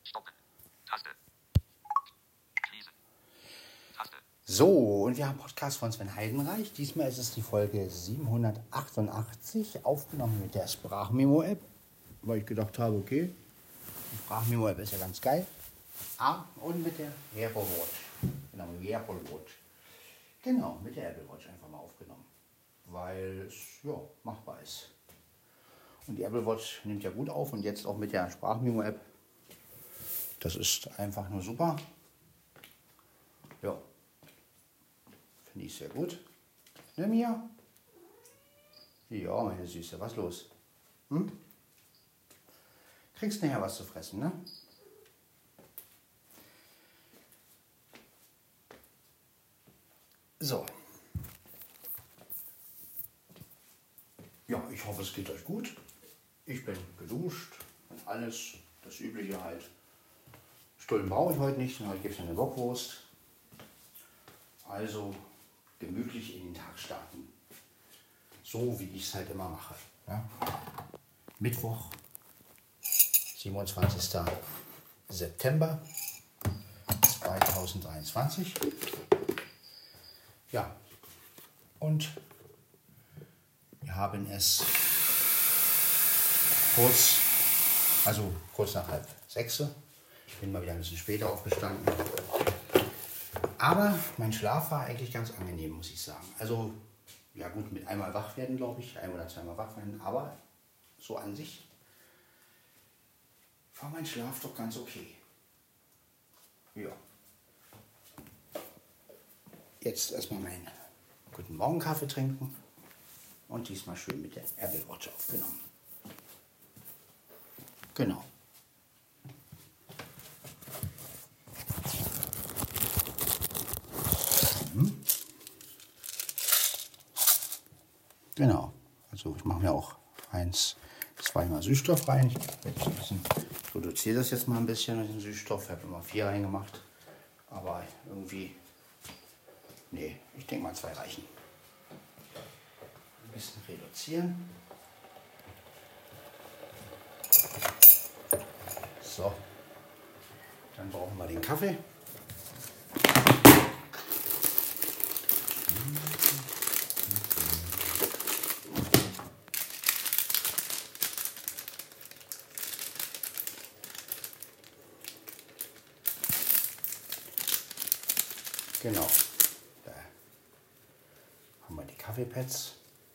Stoppen. Taste. Schließen. Taste. So, und wir haben Podcast von Sven Heidenreich. Diesmal ist es die Folge 788, aufgenommen mit der Sprachmemo-App, weil ich gedacht habe, okay, die Sprachmemo-App ist ja ganz geil. Und mit der Apple Watch. Genau, mit der Apple Watch. Genau, mit der Apple Watch einfach mal aufgenommen, weil es ja machbar ist. Und die Apple Watch nimmt ja gut auf und jetzt auch mit der Sprachmemo-App. Das ist einfach nur super. Ja. Finde ich sehr gut. Ne, Mia? Ja, meine Süße, was los? Kriegst nachher was zu fressen, ne? So. Ja, ich hoffe, es geht euch gut. Ich bin geduscht und alles, das Übliche halt. Stullen brauche ich heute nicht, heute gibt es eine Bockwurst. Also gemütlich in den Tag starten. So wie ich es halt immer mache. Ja? Mittwoch, 27. September 2023. Ja, und wir haben es kurz nach 5:30. Ich bin mal wieder ein bisschen später aufgestanden. Aber mein Schlaf war eigentlich ganz angenehm, muss ich sagen. Also, ja gut, mit einmal wach werden, glaube ich, ein- oder zweimal wach werden, aber so an sich war mein Schlaf doch ganz okay. Ja. Jetzt erstmal meinen guten Morgen Kaffee trinken und diesmal schön mit der Apple Watch aufgenommen. Genau. Genau. Also ich mache mir auch 2-mal Süßstoff rein. Ich reduziere das jetzt mal ein bisschen mit dem Süßstoff. Ich habe immer 4 reingemacht. Aber irgendwie, nee, ich denke mal 2 reichen. Ein bisschen reduzieren. So. Dann brauchen wir den Kaffee. Genau. Da haben wir die Kaffeepads.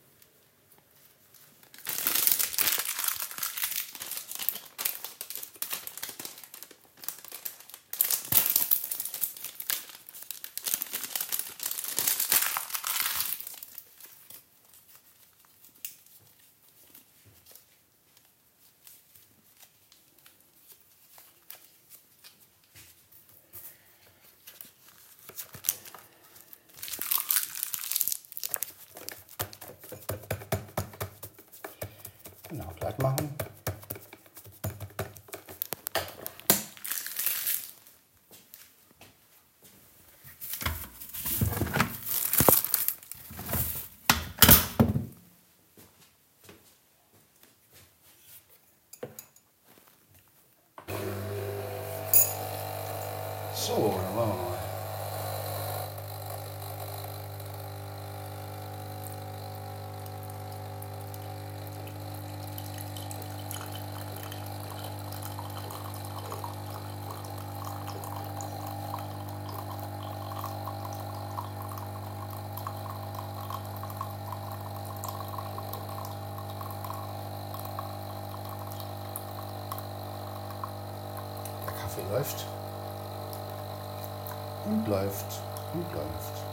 Genau, glatt machen. So, dann wollen wir mal. Der Kaffee läuft und läuft und läuft.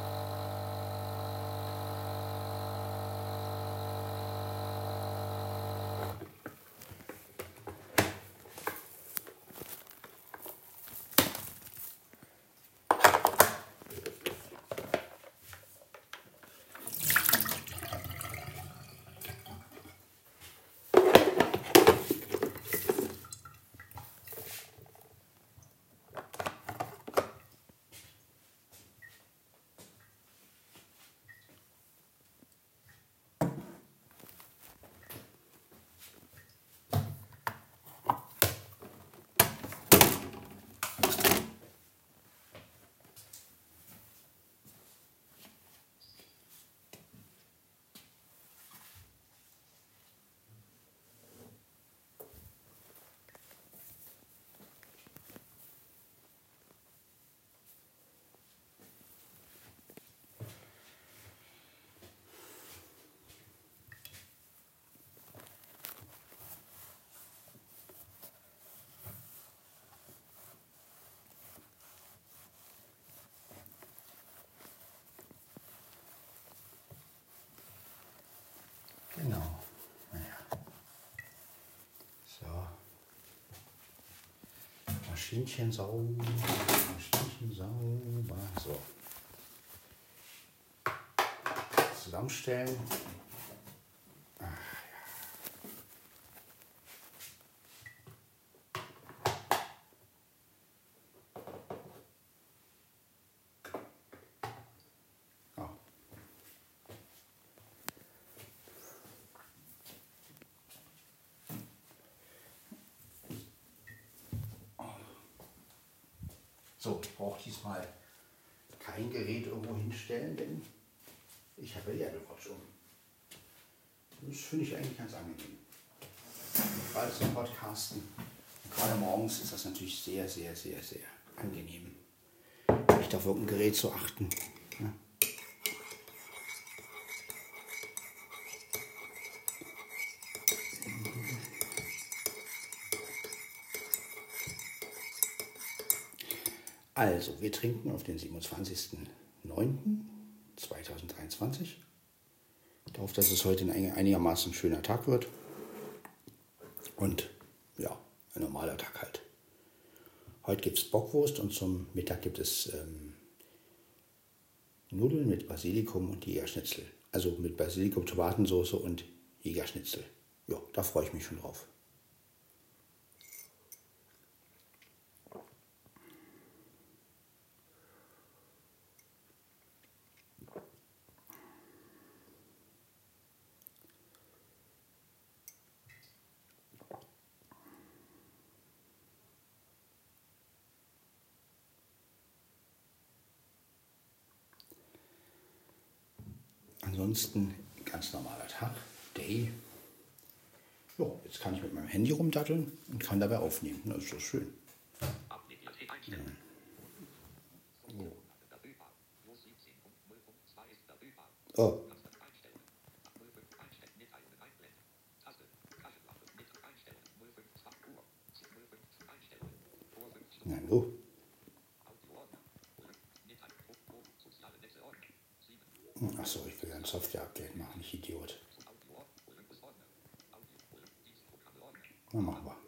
Maschinchen sauber. Maschinchen sauber. So. Zusammenstellen. Ja. So, ich brauche diesmal kein Gerät irgendwo hinstellen, denn ich habe ja die Apple Watch um. Das finde ich eigentlich ganz angenehm. Gerade zum Podcasten. Und gerade morgens ist das natürlich sehr, sehr, sehr, sehr angenehm, nicht auf irgendein Gerät zu achten. Ja. Also, wir trinken auf den 27.09.2023. Ich hoffe, dass es heute ein einigermaßen schöner Tag wird. Und ja, ein normaler Tag halt. Heute gibt es Bockwurst und zum Mittag gibt es Nudeln mit Basilikum und Jägerschnitzel. Also mit Basilikum, Tomatensauce und Jägerschnitzel. Ja, da freue ich mich schon drauf. Ansonsten ganz normaler Tag, Day. Jo, jetzt kann ich mit meinem Handy rumdatteln und kann dabei aufnehmen. Das ist doch schön. Bibliothek einstellen. Oh, na wo? Achso, ich will ein Software-Update machen, ich Idiot. Na, machen wir.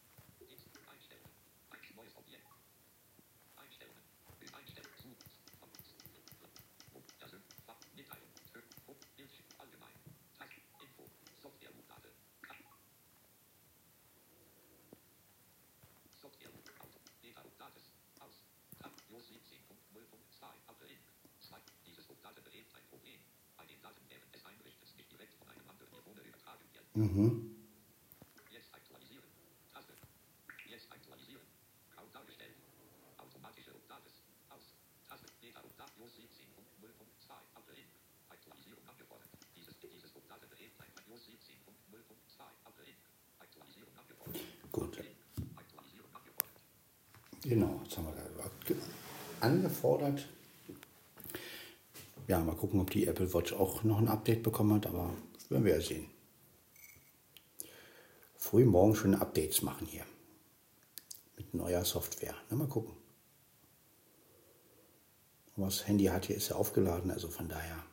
Mhm. Jetzt aktualisieren. Taste. Jetzt aktualisieren. Kaum dargestellt. Automatische Updates. Aus. Taste. Beta Update. Jos 17.0.2. Update. Aktualisierung abgefordert. Dieses Update berät ein Jos 17.0.2. Update. Aktualisierung abgefordert. Gut. Aktualisierung abgefordert. Genau, jetzt haben wir da angefordert. Ja, mal gucken, ob die Apple Watch auch noch ein Update bekommen hat, aber das werden wir ja sehen. Früh morgen schon Updates machen hier. Mit neuer Software. Na, mal gucken. Aber das Handy hat hier, ist ja aufgeladen, also von daher.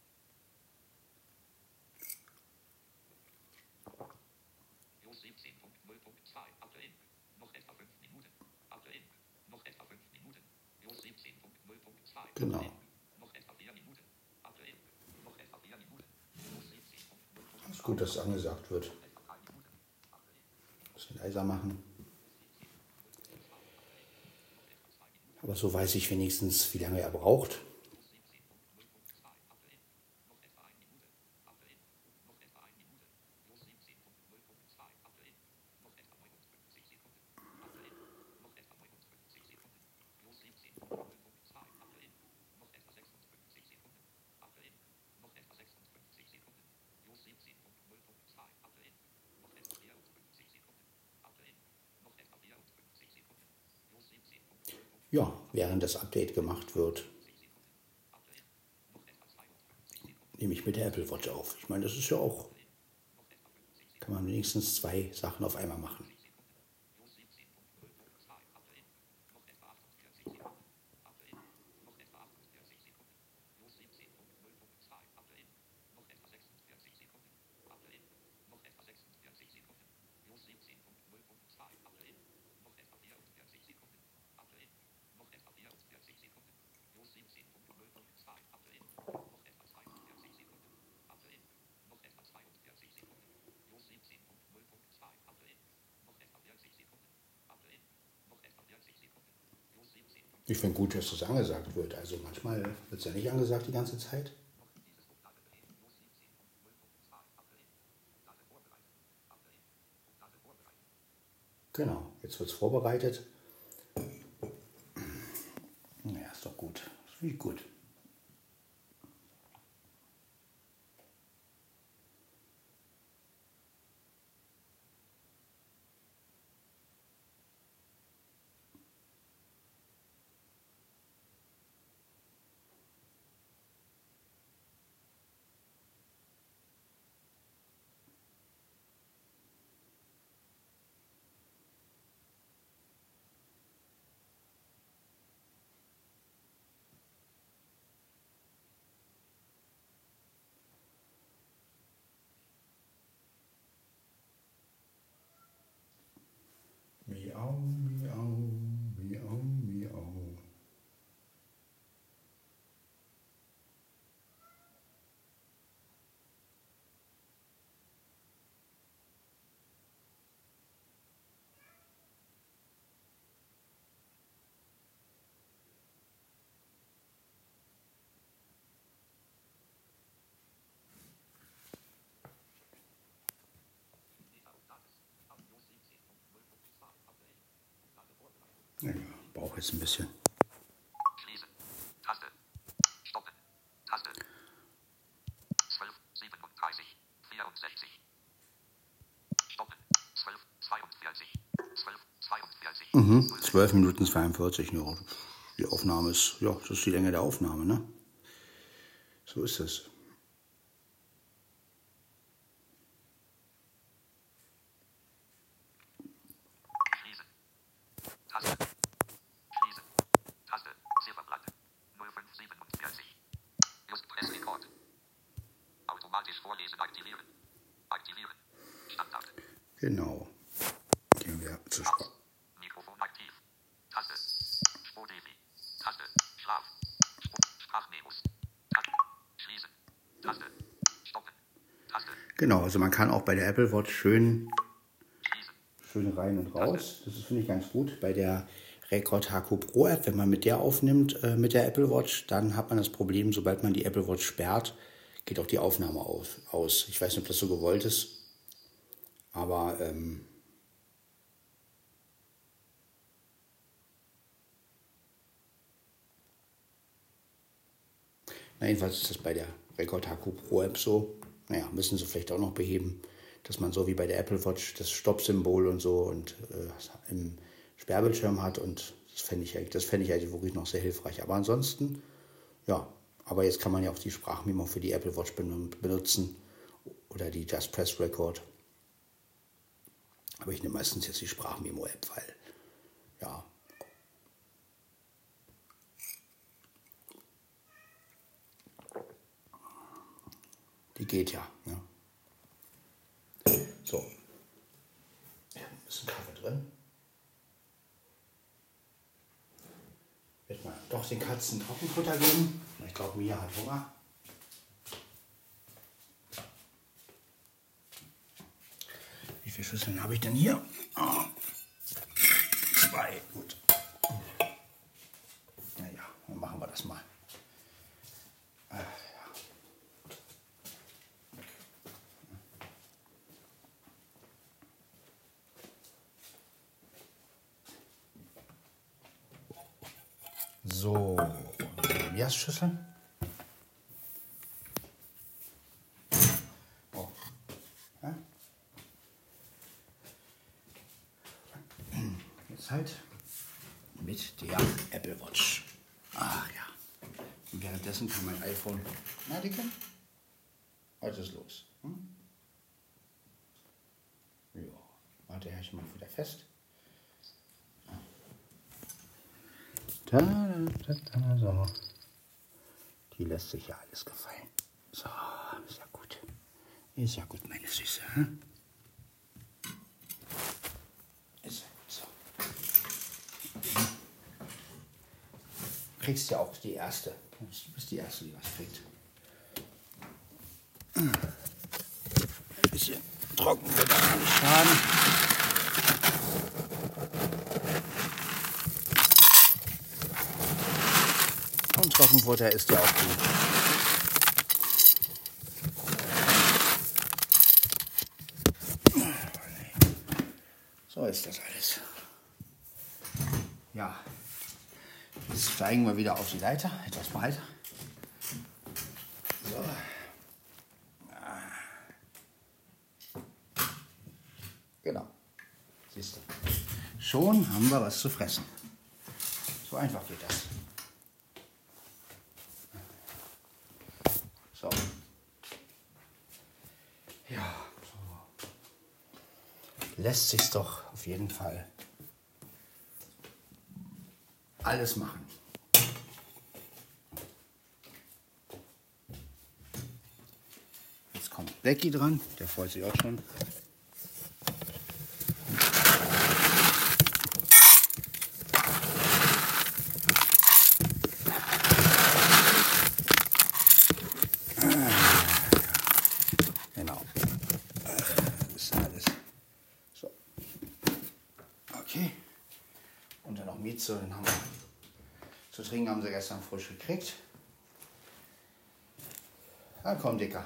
Jos 17.0.2. Update. Noch etwa 5 Minuten. Update. Noch etwa 5 Minuten. Jos 17.0.2. Genau. Noch etwa 4 Minuten. Update. Noch etwa 4 Minuten. Jos 17.0.2. Ist gut, dass es angesagt wird. Etwa 3 Minuten. Update. Ein bisschen leiser machen. 17.0.2. Update. Noch etwa 2 Minuten. Aber so weiß ich wenigstens, wie lange er braucht. Jos 17.0.2. Update. Noch etwa 1 Minute. Update. Noch etwa 1 Minute. Jos 17.0.2. Update. Noch etwa 59 Sekunden. Update. Noch etwa 59 Sekunden. Jos 17.0.2. Update. Noch etwa 56 Sekunden. Update. Noch etwa 56 Sekunden. Jos 17.0.2. Update. Noch etwa 54 Sekunden. Update. Noch etwa 54 Sekunden. Jos 17.0.2. Ja, während das Update gemacht wird, nehme ich mit der Apple Watch auf. Ich meine, das ist ja auch, kann man wenigstens 2 Sachen auf einmal machen. Ich finde gut, dass das angesagt wird. Also manchmal wird es ja nicht angesagt die ganze Zeit. Genau, jetzt wird es vorbereitet. Ja, ist doch gut. Wie gut. Miau, miau, miau, miau. Ja, brauche jetzt ein bisschen. Schließen. Taste. Stoppen. Taste. 12, 37, 64. Stoppen. 12, 42. 12, 42. 12 Minuten 42. Ja, die Aufnahme ist, ja, das ist die Länge der Aufnahme, ne? So ist es. Schließen. Taste. Schließen. Taste. Zifferblatt. 0547. Just Press Record. Automatisch vorlesen aktivieren. Aktivieren. Standard. Genau. Gehen wir zur Aus. Sprache. Mikrofon aktiv. Taste. Spodefi. Taste. Schlaf. Sprachmemos. Taste. Schließen. Taste. Stoppen. Taste. Genau, also man kann auch bei der Apple Watch schön Schließen. rein und raus. Das ist, finde ich, ganz gut. Bei der Record HQ Pro App, wenn man mit der aufnimmt, mit der Apple Watch, dann hat man das Problem, sobald man die Apple Watch sperrt, geht auch die Aufnahme aus. Ich weiß nicht, ob das so gewollt ist, aber jedenfalls ist das bei der Record HQ Pro App so. Naja, müssen sie vielleicht auch noch beheben, dass man so wie bei der Apple Watch das Stopp-Symbol und so und im Sperrbildschirm hat, und das fände ich eigentlich wirklich noch sehr hilfreich. Aber ansonsten, ja, aber jetzt kann man ja auch die Sprachmemo für die Apple Watch benutzen oder die Just Press Record. Aber ich nehme meistens jetzt die Sprachmemo-App, weil, ja, die geht ja. Ne? So. Ja, ein bisschen Kaffee drin. Ich werde mal doch den Katzen Trockenfutter geben. Ich glaube, Mia hat Hunger. Wie viele Schüsseln habe ich denn hier? Oh, 2. Gut. Naja, dann machen wir das mal. So, Mias Schüssel. Oh. Ja. Jetzt halt mit der Apple Watch. Ach ja. Und währenddessen kann mein iPhone. Na, Dicke? Was ist los? Hm? Ja, warte, ich mal wieder fest. So. Die lässt sich ja alles gefallen. So, ist ja gut. Ist ja gut, meine Süße. Hm? Ist ja gut so. Kriegst ja auch die erste. Du bist die erste, die was kriegt. Ein bisschen trocken wird auch nicht schaden. Trockenfutter ist ja auch gut. So ist das alles. Ja, jetzt steigen wir wieder auf die Leiter, etwas breiter. So. Genau. Siehst du. Schon haben wir was zu fressen. So einfach geht das. So. Ja, so. Lässt sich's doch auf jeden Fall alles machen. Jetzt kommt Becky dran, der freut sich auch schon. Genau. Das ist alles. So. Okay. Und dann noch Mieze, den haben wir. Zu trinken haben sie gestern frisch gekriegt. Na komm, Dicker.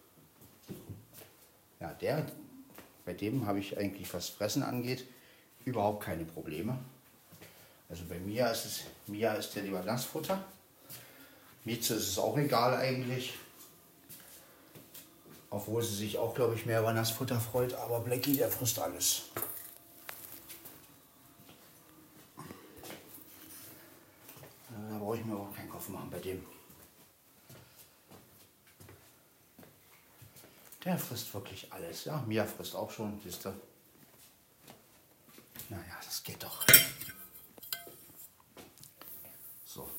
Ja, bei dem habe ich eigentlich, was Fressen angeht, überhaupt keine Probleme. Also bei Mia ist der lieber Nassfutter. Mieze ist es auch egal eigentlich. Obwohl sie sich auch, glaube ich, mehr über Nassfutter freut. Aber Blackie, der frisst alles. Da brauche ich mir auch keinen Kopf machen bei dem. Der frisst wirklich alles. Ja, Mia frisst auch schon, siehst du. Naja, das geht doch. So.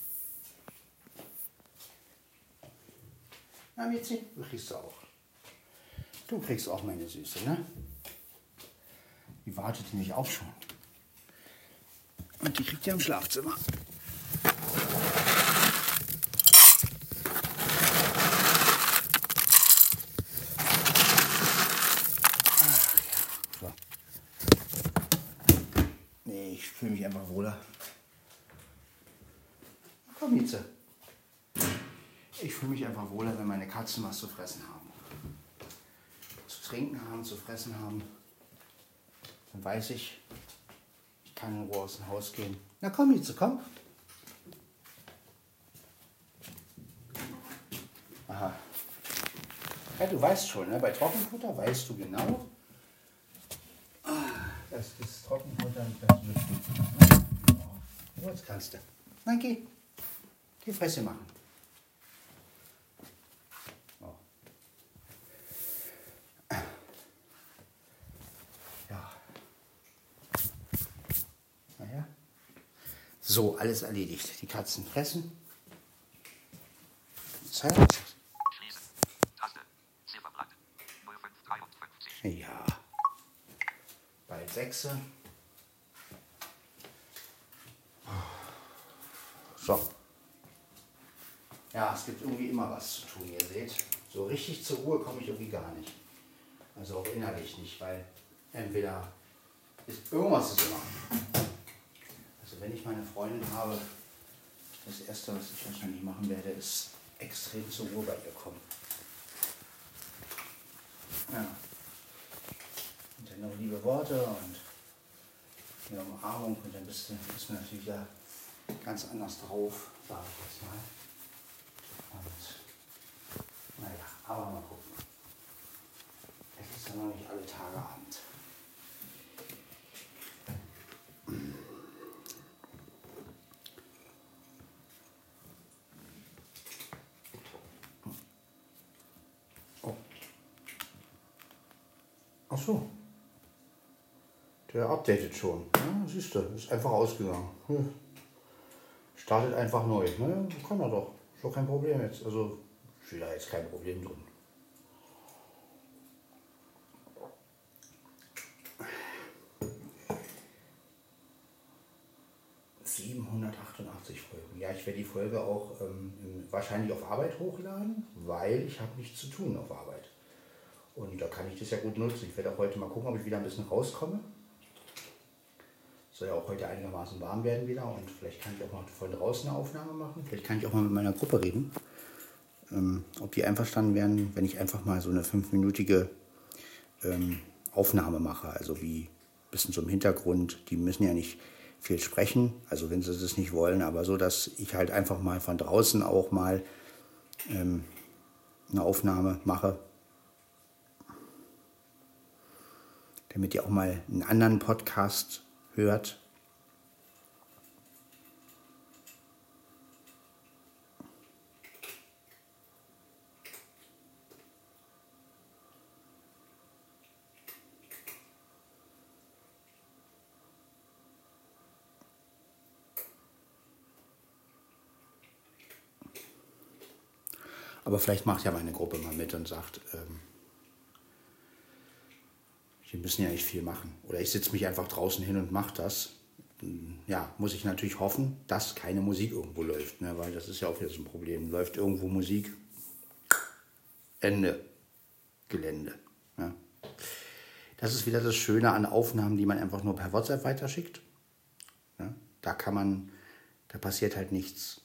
Na, Miezi, du kriegst auch. Du kriegst auch, meine Süße, ne? Die wartet nämlich auch schon. Und die kriegt ja im Schlafzimmer. Ich fühle mich einfach wohler. Komm, Mieze. Ich fühle mich einfach wohler, wenn meine Katzen was zu fressen haben. Zu trinken haben, zu fressen haben. Dann weiß ich, ich kann in Ruhe aus dem Haus gehen. Na komm, Mieze, komm. Aha. Ja, du weißt schon, ne? Bei Trockenfutter weißt du genau, dass das Trockenfutter nicht ganz wichtig ist. Oh, jetzt kannst du. Na, geh. Geh Fresse machen. Oh. Ja. Naja. So, alles erledigt. Die Katzen fressen. Zeit. Schließen. Taste. Zifferblatt. 0553. Ja. Bald 6. So. Ja, es gibt irgendwie immer was zu tun, ihr seht. So richtig zur Ruhe komme ich irgendwie gar nicht. Also auch innerlich nicht, weil entweder ist irgendwas ist immer. Also wenn ich meine Freundin habe, das Erste, was ich wahrscheinlich machen werde, ist extrem zur Ruhe bei ihr kommen. Ja. Und dann noch liebe Worte und eine Umarmung und dann ist man natürlich wieder ganz anders drauf, sage ich jetzt mal. Und naja, aber mal gucken. Es ist ja noch nicht alle Tage Abend. Oh. Ach so. Der updatet schon. Ja, siehst du, ist einfach ausgegangen. Startet einfach neu. Ne? Kann er doch. Ist doch kein Problem jetzt. Also, ich sehe da jetzt kein Problem drin. Folgen. Ja, ich werde die Folge auch wahrscheinlich auf Arbeit hochladen, weil ich habe nichts zu tun auf Arbeit. Und da kann ich das ja gut nutzen. Ich werde auch heute mal gucken, ob ich wieder ein bisschen rauskomme. Soll ja auch heute einigermaßen warm werden wieder und vielleicht kann ich auch mal von draußen eine Aufnahme machen. Vielleicht kann ich auch mal mit meiner Gruppe reden. Ob die einverstanden wären, wenn ich einfach mal so eine 5-minütige Aufnahme mache. Also wie ein bisschen so im Hintergrund. Die müssen ja nicht viel sprechen, also wenn sie das nicht wollen, aber so, dass ich halt einfach mal von draußen auch mal eine Aufnahme mache, damit ihr auch mal einen anderen Podcast hört. Aber vielleicht macht ja meine Gruppe mal mit und sagt, die müssen ja nicht viel machen. Oder ich setze mich einfach draußen hin und mache das. Ja, muss ich natürlich hoffen, dass keine Musik irgendwo läuft, ne? Weil das ist ja auch wieder so ein Problem. Läuft irgendwo Musik, Ende Gelände. Ne? Das ist wieder das Schöne an Aufnahmen, die man einfach nur per WhatsApp weiterschickt. Ne? Da passiert halt nichts.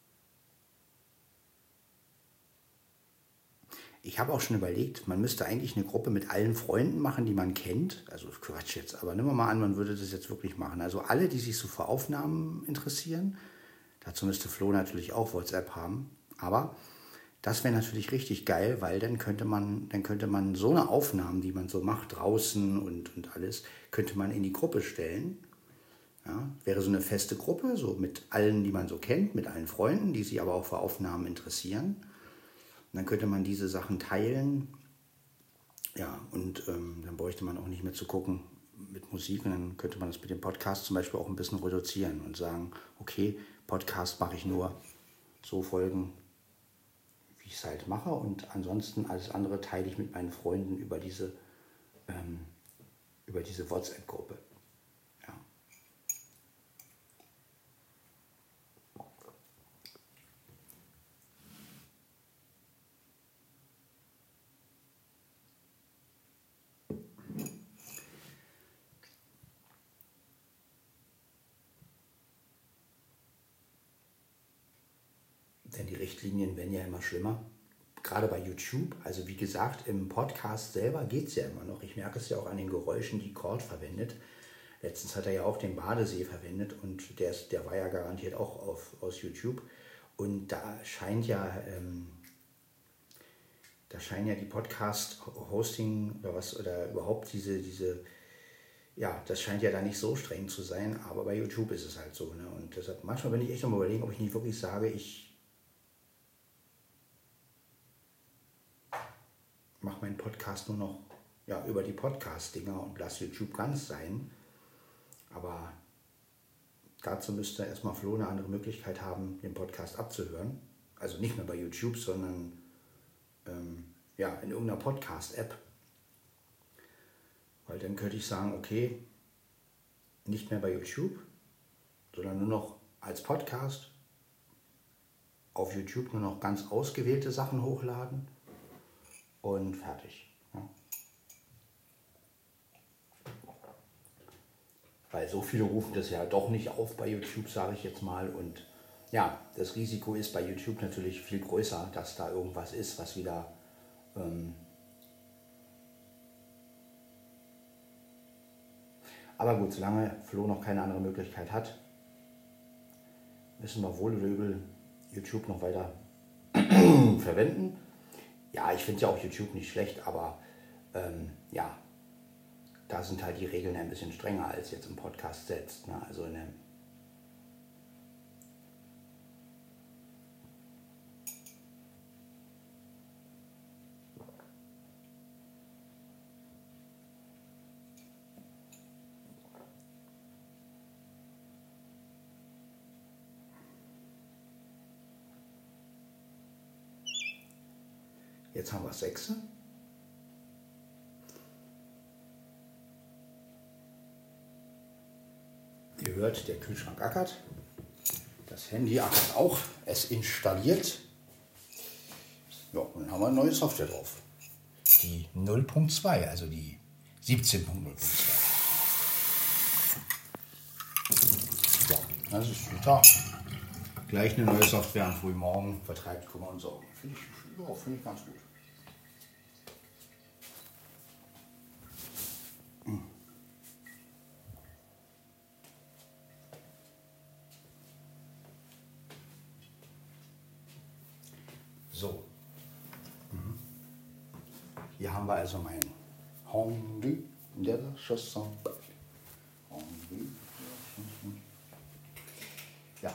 Ich habe auch schon überlegt, man müsste eigentlich eine Gruppe mit allen Freunden machen, die man kennt. Also Quatsch jetzt, aber nehmen wir mal an, man würde das jetzt wirklich machen. Also alle, die sich so für Aufnahmen interessieren. Dazu müsste Flo natürlich auch WhatsApp haben. Aber das wäre natürlich richtig geil, weil dann könnte man so eine Aufnahme, die man so macht draußen und alles, könnte man in die Gruppe stellen. Ja, wäre so eine feste Gruppe, so mit allen, die man so kennt, mit allen Freunden, die sich aber auch für Aufnahmen interessieren. Und dann könnte man diese Sachen teilen. Ja, und dann bräuchte man auch nicht mehr zu gucken mit Musik. Und dann könnte man das mit dem Podcast zum Beispiel auch ein bisschen reduzieren und sagen, okay, Podcast mache ich nur so Folgen, wie ich es halt mache. Und ansonsten alles andere teile ich mit meinen Freunden über diese WhatsApp-Gruppe. Ja. Denn die Richtlinien werden ja immer schlimmer. Gerade bei YouTube, also wie gesagt, im Podcast selber geht es ja immer noch. Ich merke es ja auch an den Geräuschen, die Cord verwendet. Letztens hat er ja auch den Badesee verwendet und der war ja garantiert auch aus YouTube. Und da scheinen ja die Podcast-Hosting oder überhaupt ja, das scheint ja da nicht so streng zu sein, aber bei YouTube ist es halt so. Ne? Und deshalb manchmal bin ich echt am Überlegen, ob ich nicht wirklich sage, ich mache meinen Podcast nur noch über die Podcast-Dinger und lasse YouTube ganz sein. Aber dazu müsste erstmal Flo eine andere Möglichkeit haben, den Podcast abzuhören. Also nicht mehr bei YouTube, sondern in irgendeiner Podcast-App. Weil dann könnte ich sagen, okay, nicht mehr bei YouTube, sondern nur noch als Podcast auf YouTube nur noch ganz ausgewählte Sachen hochladen. Und fertig. Ja. Weil so viele rufen das ja doch nicht auf bei YouTube, sage ich jetzt mal. Und ja, das Risiko ist bei YouTube natürlich viel größer, dass da irgendwas ist, was wieder aber gut, solange Flo noch keine andere Möglichkeit hat, müssen wir wohl oder übel YouTube noch weiter verwenden. Ja, ich finde ja auch YouTube nicht schlecht, aber da sind halt die Regeln ein bisschen strenger als jetzt im Podcast selbst. Ne? Also jetzt haben wir 6. Ihr hört, der Kühlschrank ackert. Das Handy ackert auch. Es installiert. Ja, und dann haben wir eine neue Software drauf. Die 0.2, also die 17.0.2. Das ist super. Gleich eine neue Software am frühen Morgen vertreibt Kummer und Sorgen. Finde ich ganz gut. So. Hier haben wir also mein Henri de la Chanson. Henri. Ja.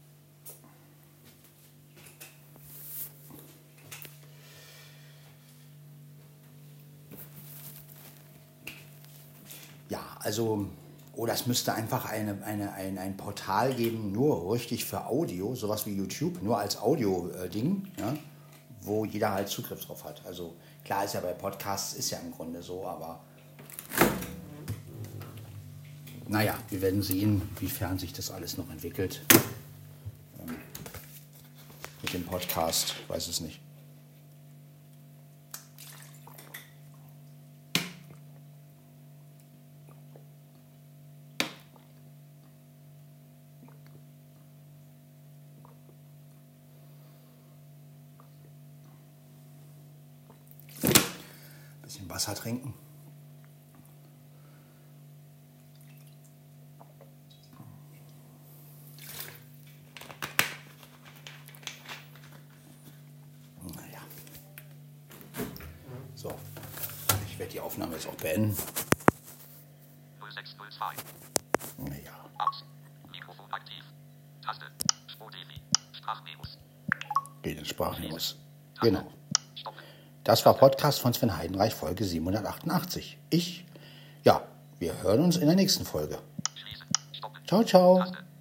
Ja, also, das müsste einfach ein Portal geben, nur richtig für Audio, sowas wie YouTube, nur als Audio-Ding, ja, wo jeder halt Zugriff drauf hat. Also klar ist ja bei Podcasts ist ja im Grunde so, aber naja, wir werden sehen, wiefern sich das alles noch entwickelt. Mit dem Podcast, weiß es nicht. Bisschen Wasser trinken. Naja. So, ich werde die Aufnahme jetzt auch beenden. 0602. Naja. Aus. Mikrofon aktiv. Taste. Spodevi. Sprachmemos. Den Sprachmemos. Genau. Das war Podcast von Sven Heidenreich, Folge 788. Wir hören uns in der nächsten Folge. Ciao, ciao.